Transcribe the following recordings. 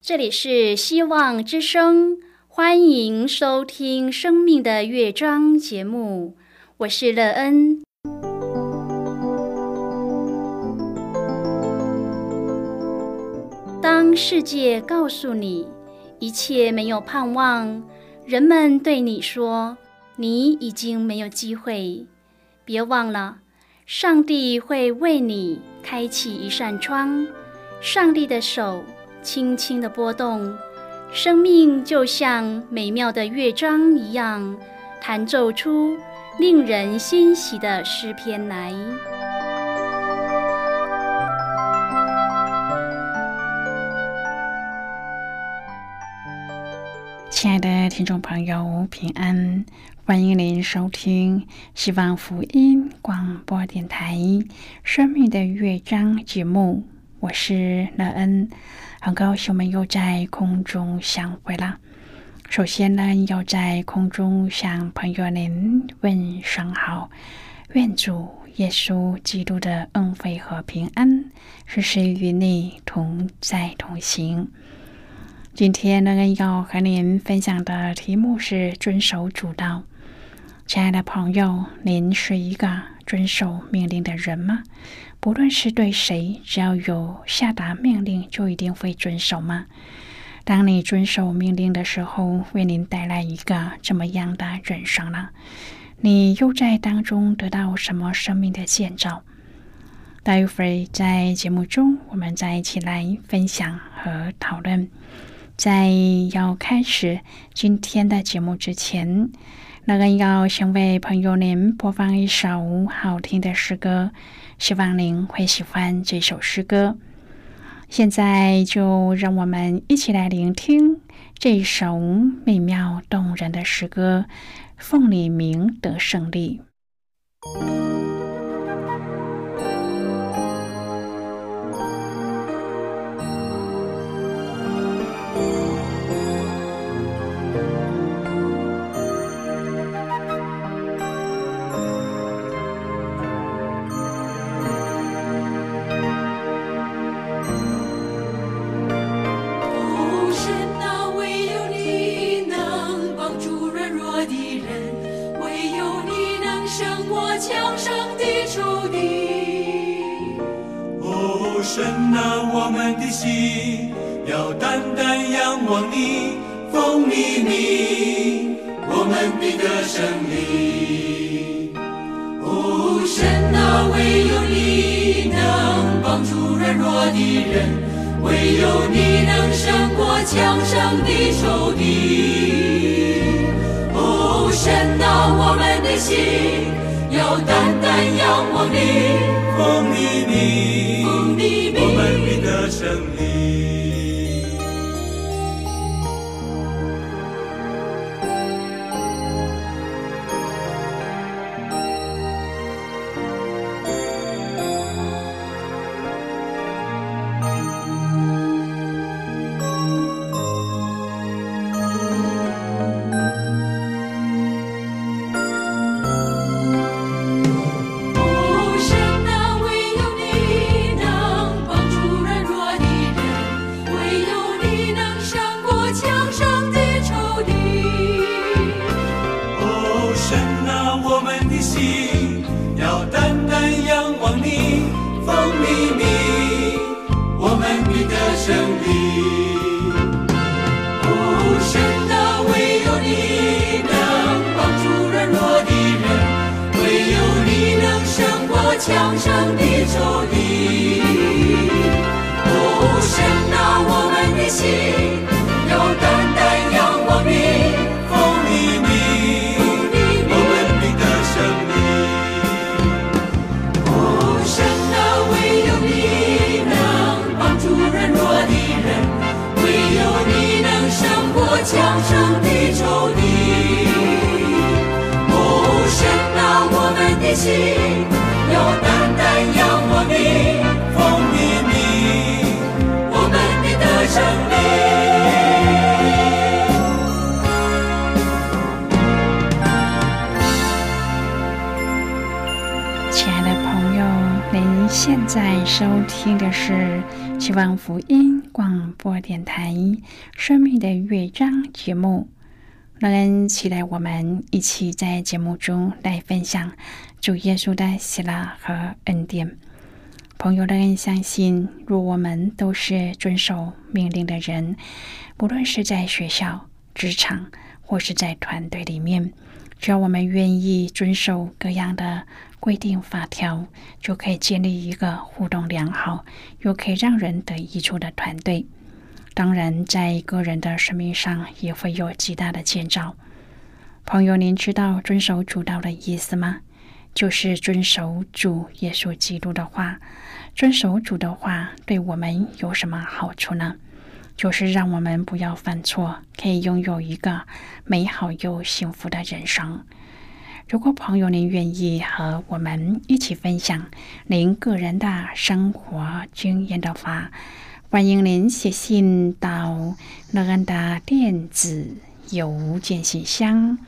这里是希望之声，欢迎收听生命的乐章节目，我是乐恩。当世界告诉你一切没有盼望，人们对你说你已经没有机会，别忘了上帝会为你开启一扇窗，上帝的手轻轻地拨动，生命就像美妙的乐章一样，弹奏出令人欣喜的诗篇来。 亲爱的听众朋友，平安，欢迎您收听希望福音广播电台生命的乐章节目，我是乐恩，很高兴我们又在空中相会了。首先呢，要在空中向朋友您问声好，愿主耶稣基督的恩惠和平安时时与你同在同行。今天呢，要和您分享的题目是遵守主道。亲爱的朋友，您是一个遵守命令的人吗？不论是对谁，只要有下达命令，就一定会遵守吗？当你遵守命令的时候，为您带来一个怎么样的人生呢？你又在当中得到什么生命的建造？待会儿在节目中，我们再一起来分享和讨论。在要开始今天的节目之前，乐恩要先为朋友您播放一首好听的诗歌，希望您会喜欢这首诗歌。现在就让我们一起来聆听这首美妙动人的诗歌，奉你名得胜利。 神啊，我们的心要单单仰望你，奉你名，我们必得胜利。哦，神啊，唯有你能帮助软弱的人，唯有你能胜过强盛的仇敌。哦，神啊，我们的心要单单仰望你，奉你名，我们必得胜利。强盛的仇敌，哦，神啊，我们的心要单单仰望你，奉你名，我们必得胜利。哦，神啊，唯有你能帮助软弱的人，唯有你能胜过强盛的仇敌。哦，神啊，我们的心要单单仰望你，奉你名，我们必得胜利。 亲爱的朋友，您现在收听的是希望福音广播电台生命的乐章节目，让人期待我们一起在节目中来分享主耶稣的喜乐和恩典。朋友，让人相信，若我们都是遵守命令的人，不论是在学校、职场或是在团队里面，只要我们愿意遵守各样的规定法条，就可以建立一个互动良好又可以让人得益处的团队。当然，在个人的生命上也会有极大的建造。朋友，您知道遵守主道的意思吗？就是遵守主耶稣基督的话。遵守主的话对我们有什么好处呢？就是让我们不要犯错，可以拥有一个美好又幸福的人生。如果朋友您愿意和我们一起分享您个人的生活经验的话，欢迎您写信到乐恩的电子邮件信箱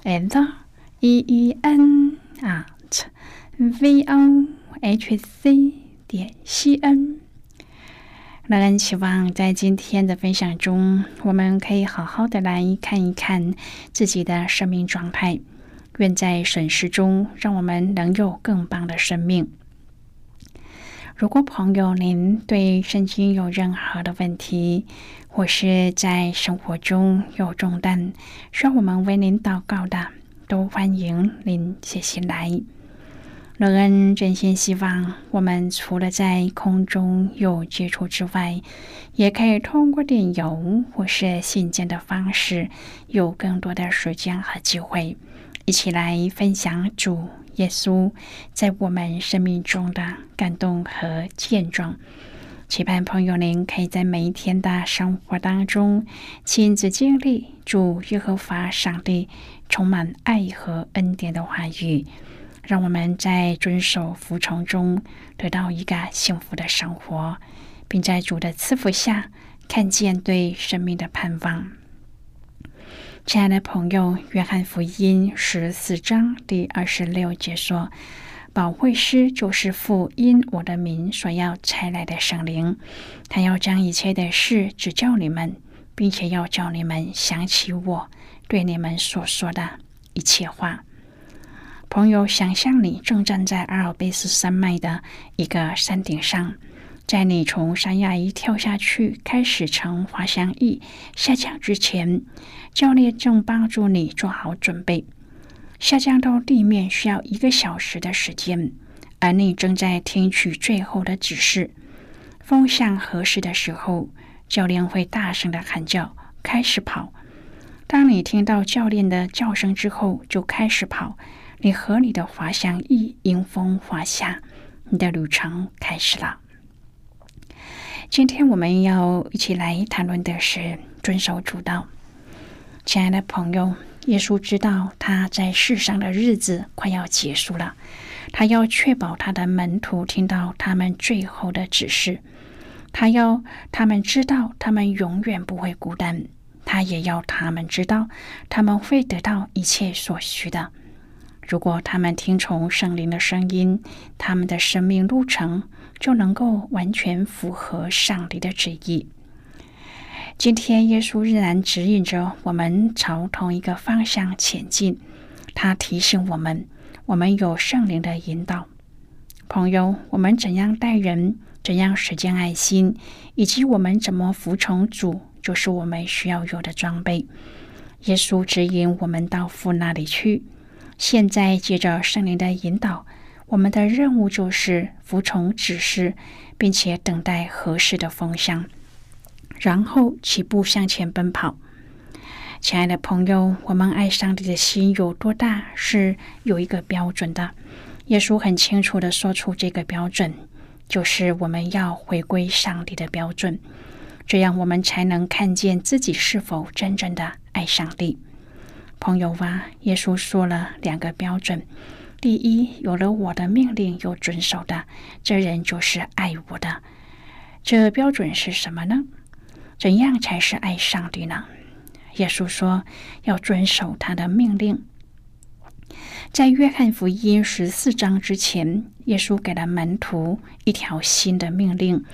@VOHC.CN。乐恩期望在今天的分享中，我们可以好好的来看一看自己的生命状态，愿在审视中让我们能有更棒的生命。如果朋友您对圣经有任何的问题，或是在生活中有重担需要我们为您祷告的，都欢迎您写信来。乐恩真心希望我们除了在空中有接触之外，也可以通过电邮或是信件的方式，有更多的时间和机会，一起来分享主耶稣在我们生命中的感动和见证。期盼朋友您可以在每一天的生活当中亲自经历主耶和华上帝充满爱和恩典的话语，让我们在遵守服从中得到一个幸福的生活，并在主的赐福下看见对生命的盼望。亲爱的朋友，约翰福音14章第26节说，保惠师就是父因我的名所要差来的圣灵，他要将一切的事指教你们，并且要叫你们想起我对你们所说的一切话。朋友，想象你正站在阿尔卑斯山脉的一个山顶上，在你从山崖一跳下去开始乘滑翔翼下降之前，教练正帮助你做好准备。下降到地面需要1个小时的时间，而你正在听取最后的指示。风向合适的时候，教练会大声的喊叫，开始跑。当你听到教练的叫声之后，就开始跑。你和你的滑翔翼迎风滑下，你的旅程开始了。今天我们要一起来谈论的是遵守主道。亲爱的朋友，耶稣知道他在世上的日子快要结束了，他要确保他的门徒听到他们最后的指示，他要他们知道他们永远不会孤单，他也要他们知道他们会得到一切所需的。如果他们听从圣灵的声音，他们的生命路程就能够完全符合上帝的旨意。今天耶稣仍然指引着我们朝同一个方向前进，他提醒我们，我们有圣灵的引导。朋友，我们怎样待人，怎样实践爱心，以及我们怎么服从主，就是我们需要有的装备。耶稣指引我们到父那里去，现在借着圣灵的引导，我们的任务就是服从指示，并且等待合适的风向，然后起步向前奔跑。亲爱的朋友，我们爱上帝的心有多大是有一个标准的。耶稣很清楚地说出这个标准，就是我们要回归上帝的标准，这样我们才能看见自己是否真正的爱上帝。朋友啊，耶稣说了2个标准。第一，有了我的命令又遵守的，这人就是爱我的。这标准是什么呢？怎样才是爱上帝呢？耶稣说要遵守他的命令。在约翰福音14章之前，耶稣给了门徒一条新的命令，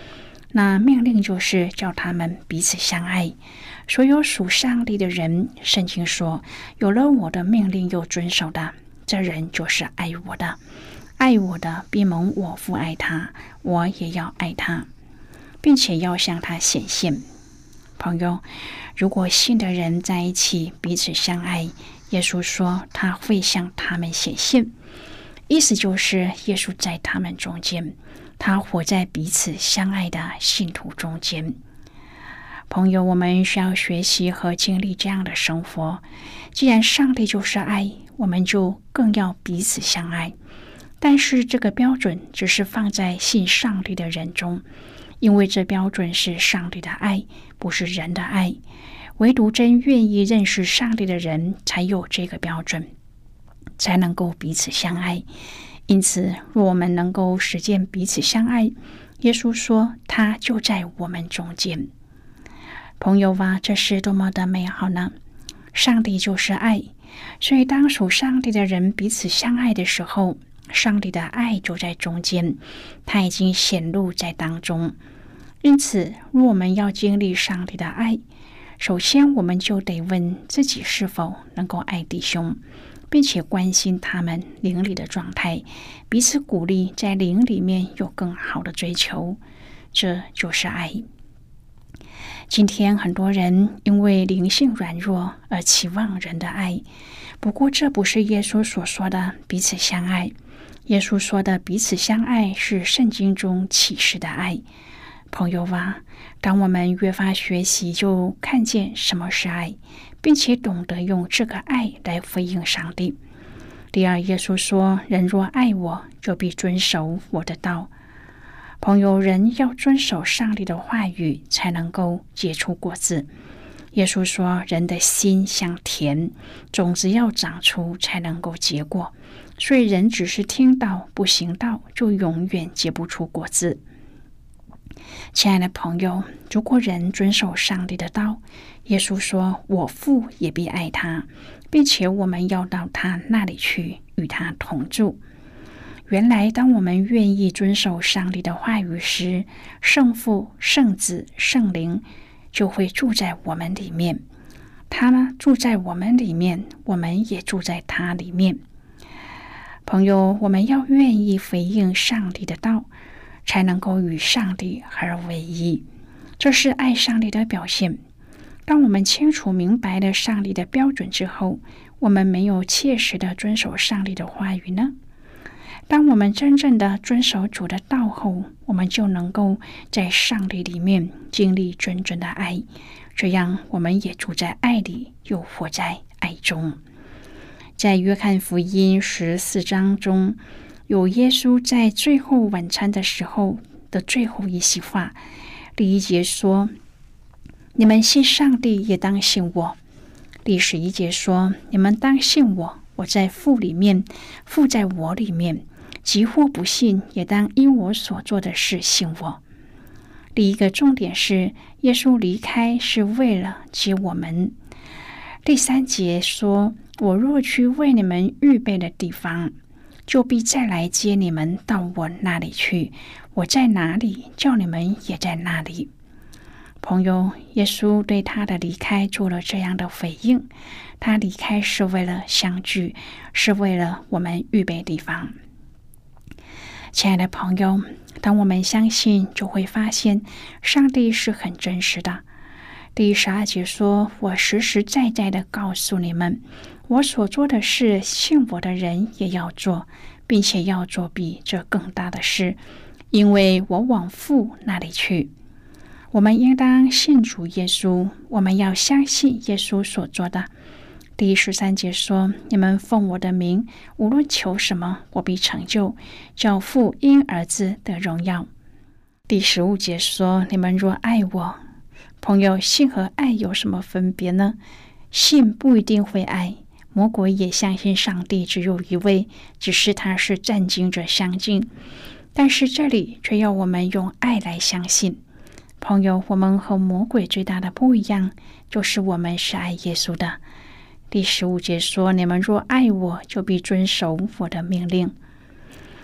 那命令就是叫他们彼此相爱。所有属上帝的人，圣经说，有了我的命令又遵守的，这人就是爱我的。爱我的必蒙我父爱他，我也要爱他，并且要向他显现。朋友，如果信的人在一起彼此相爱，耶稣说他会向他们显现，意思就是耶稣在他们中间，他活在彼此相爱的信徒中间。朋友，我们需要学习和经历这样的生活。既然上帝就是爱，我们就更要彼此相爱。但是这个标准只是放在信上帝的人中，因为这标准是上帝的爱，不是人的爱。唯独真愿意认识上帝的人才有这个标准，才能够彼此相爱。因此，若我们能够实践彼此相爱，耶稣说他就在我们中间。朋友啊，这是多么的美好呢！上帝就是爱，所以当属上帝的人彼此相爱的时候，上帝的爱就在中间，他已经显露在当中。因此，若我们要经历上帝的爱，首先我们就得问自己是否能够爱弟兄，并且关心他们灵里的状态，彼此鼓励，在灵里面有更好的追求，这就是爱。今天很多人因为灵性软弱而期望人的爱，不过这不是耶稣所说的彼此相爱。耶稣说的彼此相爱是圣经中启示的爱。朋友啊，当我们越发学习，就看见什么是爱，并且懂得用这个爱来回应上帝。第二，耶稣说，人若爱我，就必遵守我的道。朋友，人要遵守上帝的话语，才能够结出果子。耶稣说，人的心像田，种子要长出才能够结果。所以人只是听道不行道，就永远结不出果子。亲爱的朋友，如果人遵守上帝的道，耶稣说，我父也必爱他，并且我们要到他那里去，与他同住。原来当我们愿意遵守上帝的话语时，圣父、圣子、圣灵就会住在我们里面。他呢，住在我们里面，我们也住在他里面。朋友，我们要愿意回应上帝的道，才能够与上帝合而为一，这是爱上帝的表现。当我们清楚明白了上帝的标准之后，我们没有切实的遵守上帝的话语呢？当我们真正的遵守主的道后，我们就能够在上帝里面经历真正的爱，这样我们也住在爱里，又活在爱中。在约翰福音14章中，有耶稣在最后晚餐的时候的最后一席话。第1节说，你们信上帝也当信我。第11节说，你们当信我，我在父里面，父在我里面。即或不信，也当因我所做的事信我。第一个重点是，耶稣离开是为了接我们。第3节说，我若去为你们预备的地方，就必再来接你们到我那里去。我在哪里，叫你们也在那里。朋友，耶稣对他的离开做了这样的回应，他离开是为了相聚，是为了我们预备地方。亲爱的朋友，当我们相信，就会发现上帝是很真实的。第12节说，我实实在在的告诉你们，我所做的事，信我的人也要做，并且要做比这更大的事，因为我往父那里去。我们应当信主耶稣，我们要相信耶稣所做的。第13节说，你们奉我的名，无论求什么，我必成就，叫父因儿子得荣耀。第15节说，你们若爱我。朋友，信和爱有什么分别呢？信不一定会爱，魔鬼也相信上帝只有一位，只是他是战经着相近。但是这里却要我们用爱来相信。朋友，我们和魔鬼最大的不一样，就是我们是爱耶稣的。第15节说，你们若爱我，就必遵守我的命令。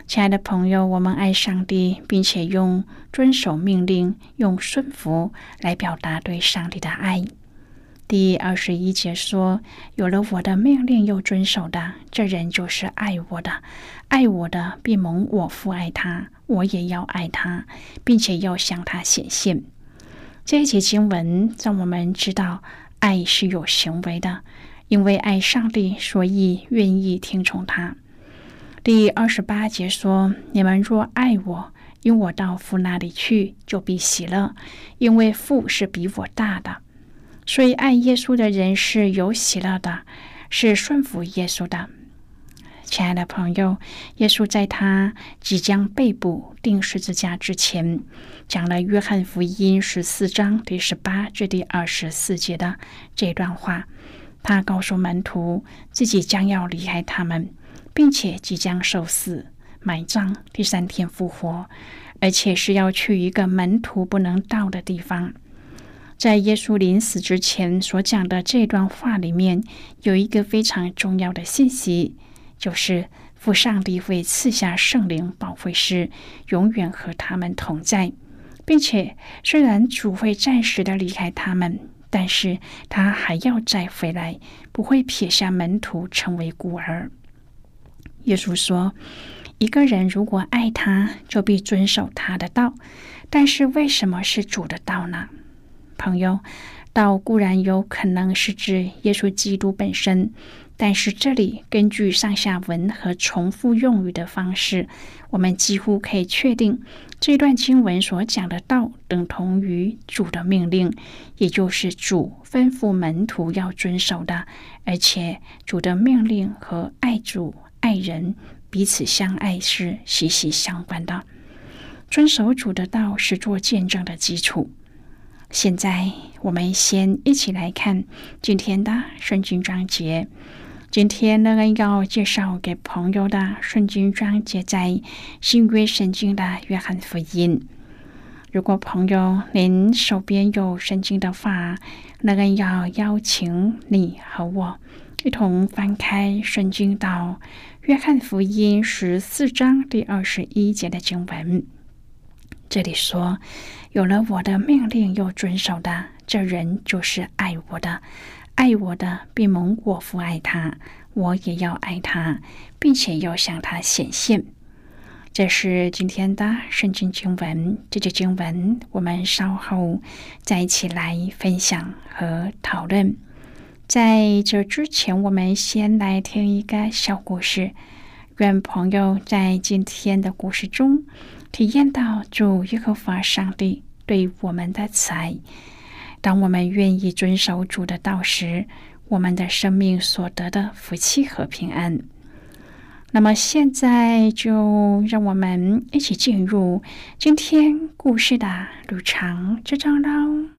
亲爱的朋友，我们爱上帝，并且用遵守命令、用顺服来表达对上帝的爱。第21节说，有了我的命令又遵守的，这人就是爱我的。爱我的必蒙我父爱他，我也要爱他，并且要向他显现。这一节经文让我们知道爱是有行为的，因为爱上帝，所以愿意听从他。第28节说，你们若爱我，因我到父那里去，就必喜乐，因为父是比我大的。所以爱耶稣的人是有喜乐的，是顺服耶稣的。亲爱的朋友，耶稣在他即将被捕钉十字架之前，讲了约翰福音14章第18至第24节的这段话。他告诉门徒自己将要离开他们，并且即将受死、埋葬，第3天复活，而且是要去一个门徒不能到的地方。在耶稣临死之前所讲的这段话里面，有一个非常重要的信息，就是父上帝会赐下圣灵保惠师，永远和他们同在，并且虽然主会暂时的离开他们，但是他还要再回来，不会撇下门徒成为孤儿。耶稣说，一个人如果爱他，就必遵守他的道。但是为什么是主的道呢？朋友，道固然有可能是指耶稣基督本身，但是这里根据上下文和重复用语的方式，我们几乎可以确定这段经文所讲的道等同于主的命令，也就是主吩咐门徒要遵守的，而且主的命令和爱主爱人彼此相爱是息息相关的。遵守主的道是做见证的基础。现在我们先一起来看今天的圣经章节。今天呢，要介绍给朋友的圣经章节在新约圣经的约翰福音。如果朋友您手边有圣经的话，那要邀请你和我一同翻开圣经到约翰福音14章第21节的经文。这里说，有了我的命令又遵守的，这人就是爱我的。爱我的必蒙我父爱他，我也要爱他，并且要向他显现。这是今天的圣经经文。这节经文我们稍后再一起来分享和讨论。在这之前，我们先来听一个小故事。愿朋友在今天的故事中体验到主耶和华上帝对我们的慈爱。当我们愿意遵守主的道时，我们的生命所得的福气和平安。那么现在就让我们一起进入今天故事的旅程之中喽。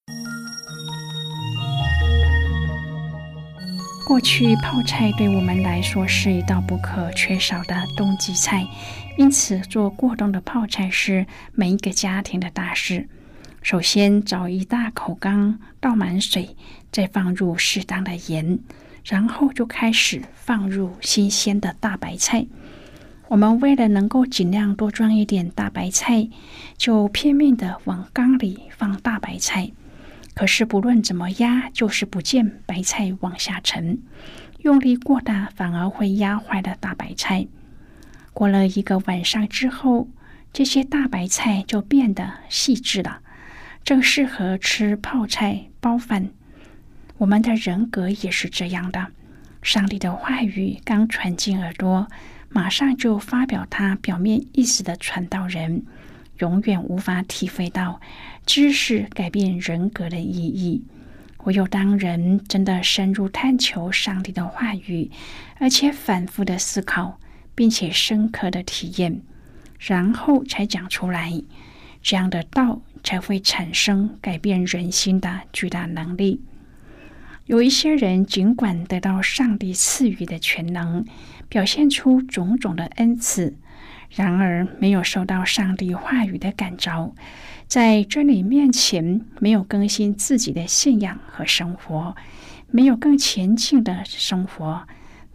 过去泡菜对我们来说是一道不可缺少的冬季菜，因此做过冬的泡菜是每一个家庭的大事。首先找一大口缸，倒满水，再放入适当的盐，然后就开始放入新鲜的大白菜。我们为了能够尽量多装一点大白菜，就拼命的往缸里放大白菜。可是不论怎么压，就是不见白菜往下沉，用力过大反而会压坏了大白菜。过了一个晚上之后，这些大白菜就变得细致了，正适合吃泡菜包饭。我们的人格也是这样的，上帝的话语刚传进耳朵，马上就发表他表面意思的传道人，永远无法体会到知识改变人格的意义。唯有当人真的深入探求上帝的话语，而且反复的思考，并且深刻的体验，然后才讲出来，这样的道才会产生改变人心的巨大能力。有一些人尽管得到上帝赐予的全能，表现出种种的恩赐，然而没有受到上帝话语的感召，在真理面前没有更新自己的信仰和生活，没有更前进的生活，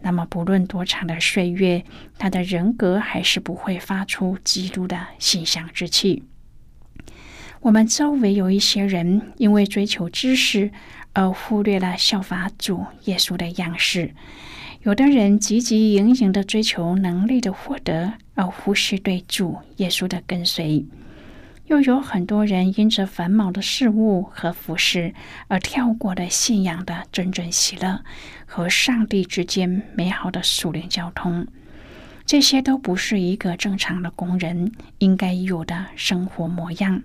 那么不论多长的岁月，他的人格还是不会发出基督的馨香之气。我们周围有一些人因为追求知识而忽略了效法主耶稣的样式，有的人汲汲营营地追求能力的获得，而忽视对主耶稣的跟随。又有很多人因着繁忙的事物和服饰而跳过了信仰的真正喜乐和上帝之间美好的属灵交通。这些都不是一个正常的工人应该有的生活模样。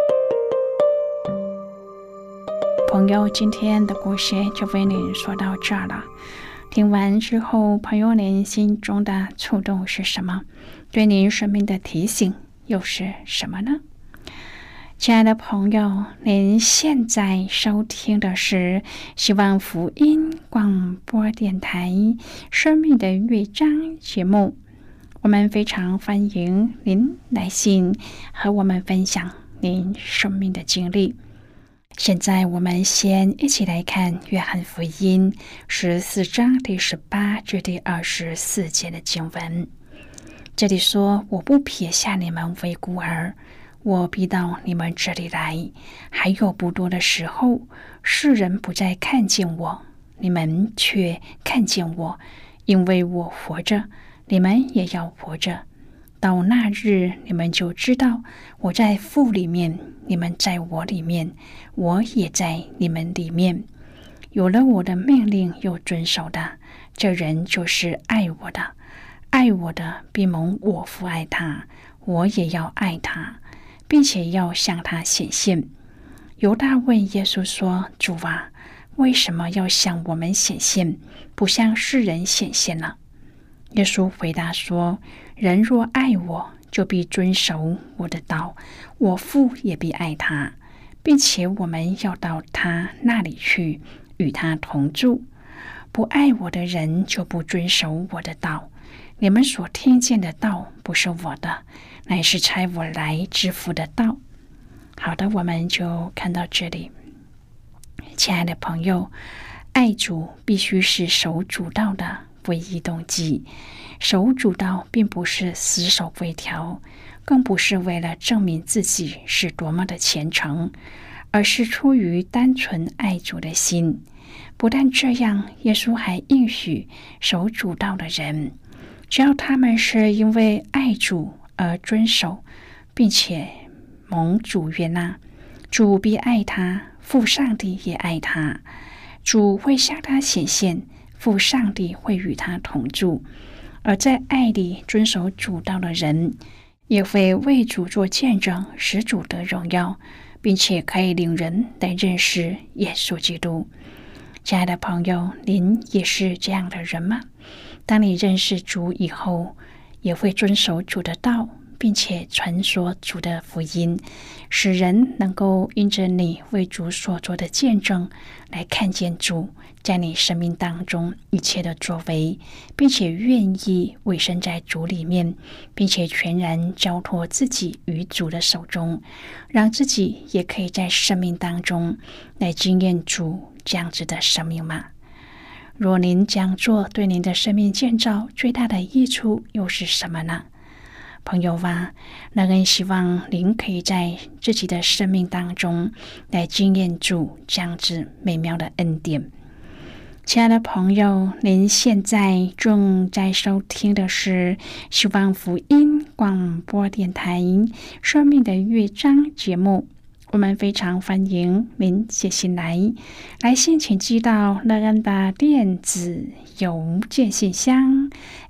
朋友，今天的故事就为您说到这儿了。听完之后，朋友您心中的触动是什么？对您生命的提醒又是什么呢？亲爱的朋友，您现在收听的是希望福音广播电台生命的乐章节目。我们非常欢迎您来信和我们分享您生命的经历。现在我们先一起来看约翰福音14章第18至第24节的经文。这里说，我不撇下你们为孤儿，我必到你们这里来。还有不多的时候，世人不再看见我，你们却看见我，因为我活着，你们也要活着。到那日，你们就知道我在父里面，你们在我里面，我也在你们里面。有了我的命令又遵守的，这人就是爱我的。爱我的必蒙我父爱他，我也要爱他，并且要向他显现。犹大问耶稣说，主啊，为什么要向我们显现，不向世人显现呢？耶稣回答说，人若爱我，就必遵守我的道，我父也必爱他，并且我们要到他那里去，与他同住。不爱我的人就不遵守我的道。你们所听见的道不是我的，乃是差我来之父的道。好的，我们就看到这里。亲爱的朋友，爱主必须是守主道的唯一动机。守主道并不是死守规条，更不是为了证明自己是多么的虔诚，而是出于单纯爱主的心。不但这样，耶稣还应许守主道的人，只要他们是因为爱主而遵守，并且蒙主悦纳，主必爱他，父上帝也爱他。主会向他显现，父上帝会与他同住。而在爱里遵守主道的人，也会为主做见证，使主得荣耀，并且可以领人来认识耶稣基督。亲爱的朋友，您也是这样的人吗？当你认识主以后，也会遵守主的道，并且传说主的福音，使人能够因着你为主所做的见证，来看见主在你生命当中一切的作为，并且愿意委身在主里面，并且全然交托自己于主的手中，让自己也可以在生命当中来经验主这样子的生命吗？若您这样做，对您的生命建造最大的益处又是什么呢？朋友啊，那更希望您可以在自己的生命当中来经验主这样子美妙的恩典。亲爱的朋友，您现在正在收听的是希望福音广播电台生命的乐章节目。我们非常欢迎您写信来信请寄到乐恩的电子邮件信箱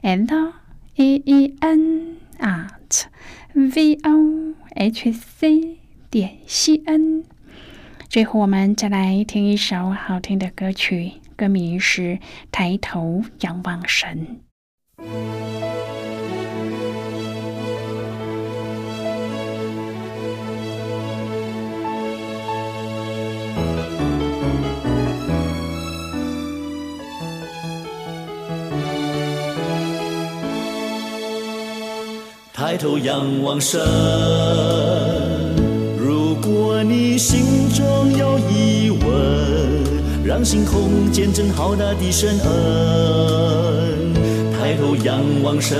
laen@vohc.cn。最后我们再来听一首好听的歌曲，歌名是《抬头仰望神》。 抬头仰望神，如果你心中有疑问，让星空见证浩大的神恩。 抬头仰望神。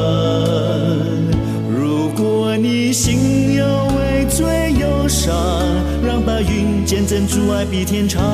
如果你心有畏罪忧伤，让白云见证主爱比天长。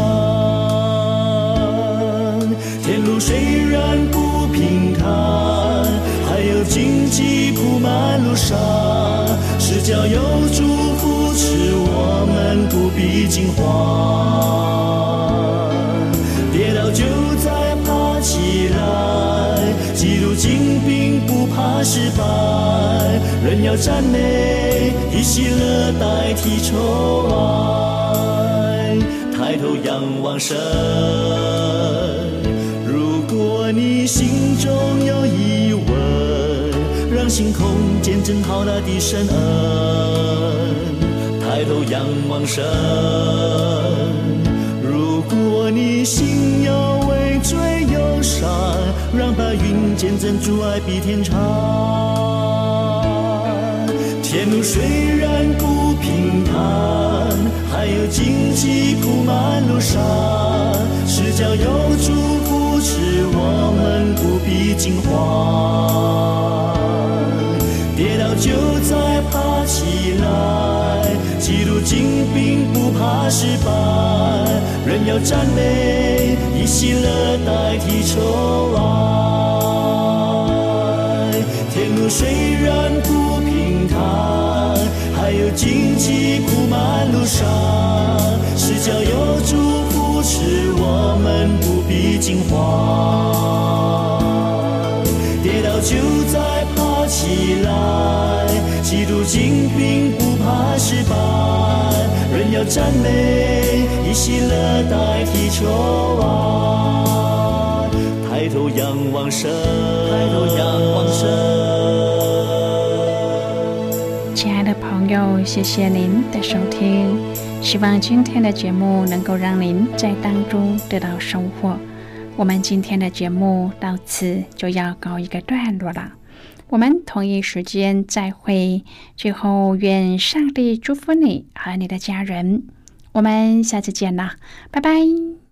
天路虽然不平坦，还有荆棘铺满路上，是叫有主扶持我们不必惊慌。跌倒就再爬起来，基督精兵不怕失败，人要赞美，以喜乐代替愁哀。抬头仰望神，如果你心中有疑问，让星空见证浩大的神恩。抬头仰望神，如果你心有畏罪忧伤，让白云见证主爱比天长。天路虽然不平坦，还有荆棘铺满路上，是叫有主扶持我们不必惊慌。跌倒就再爬起来，基督精兵不怕失败，人要赞美，以喜乐代替愁哀。天路虽然不平坦，还有荆棘铺满路上，是叫有主扶持我们不必惊慌。跌倒就再爬起来，基督精兵不怕失败，人要赞美，以喜乐代替愁哀。抬头仰望神，抬头仰望神。 亲爱的朋友，谢谢您的收听，希望今天的节目能够让您在当中得到收获。我们今天的节目到此就要告一个段落了，我们同一时间再会。最后，愿上帝祝福你和你的家人，我们下次见了，拜拜。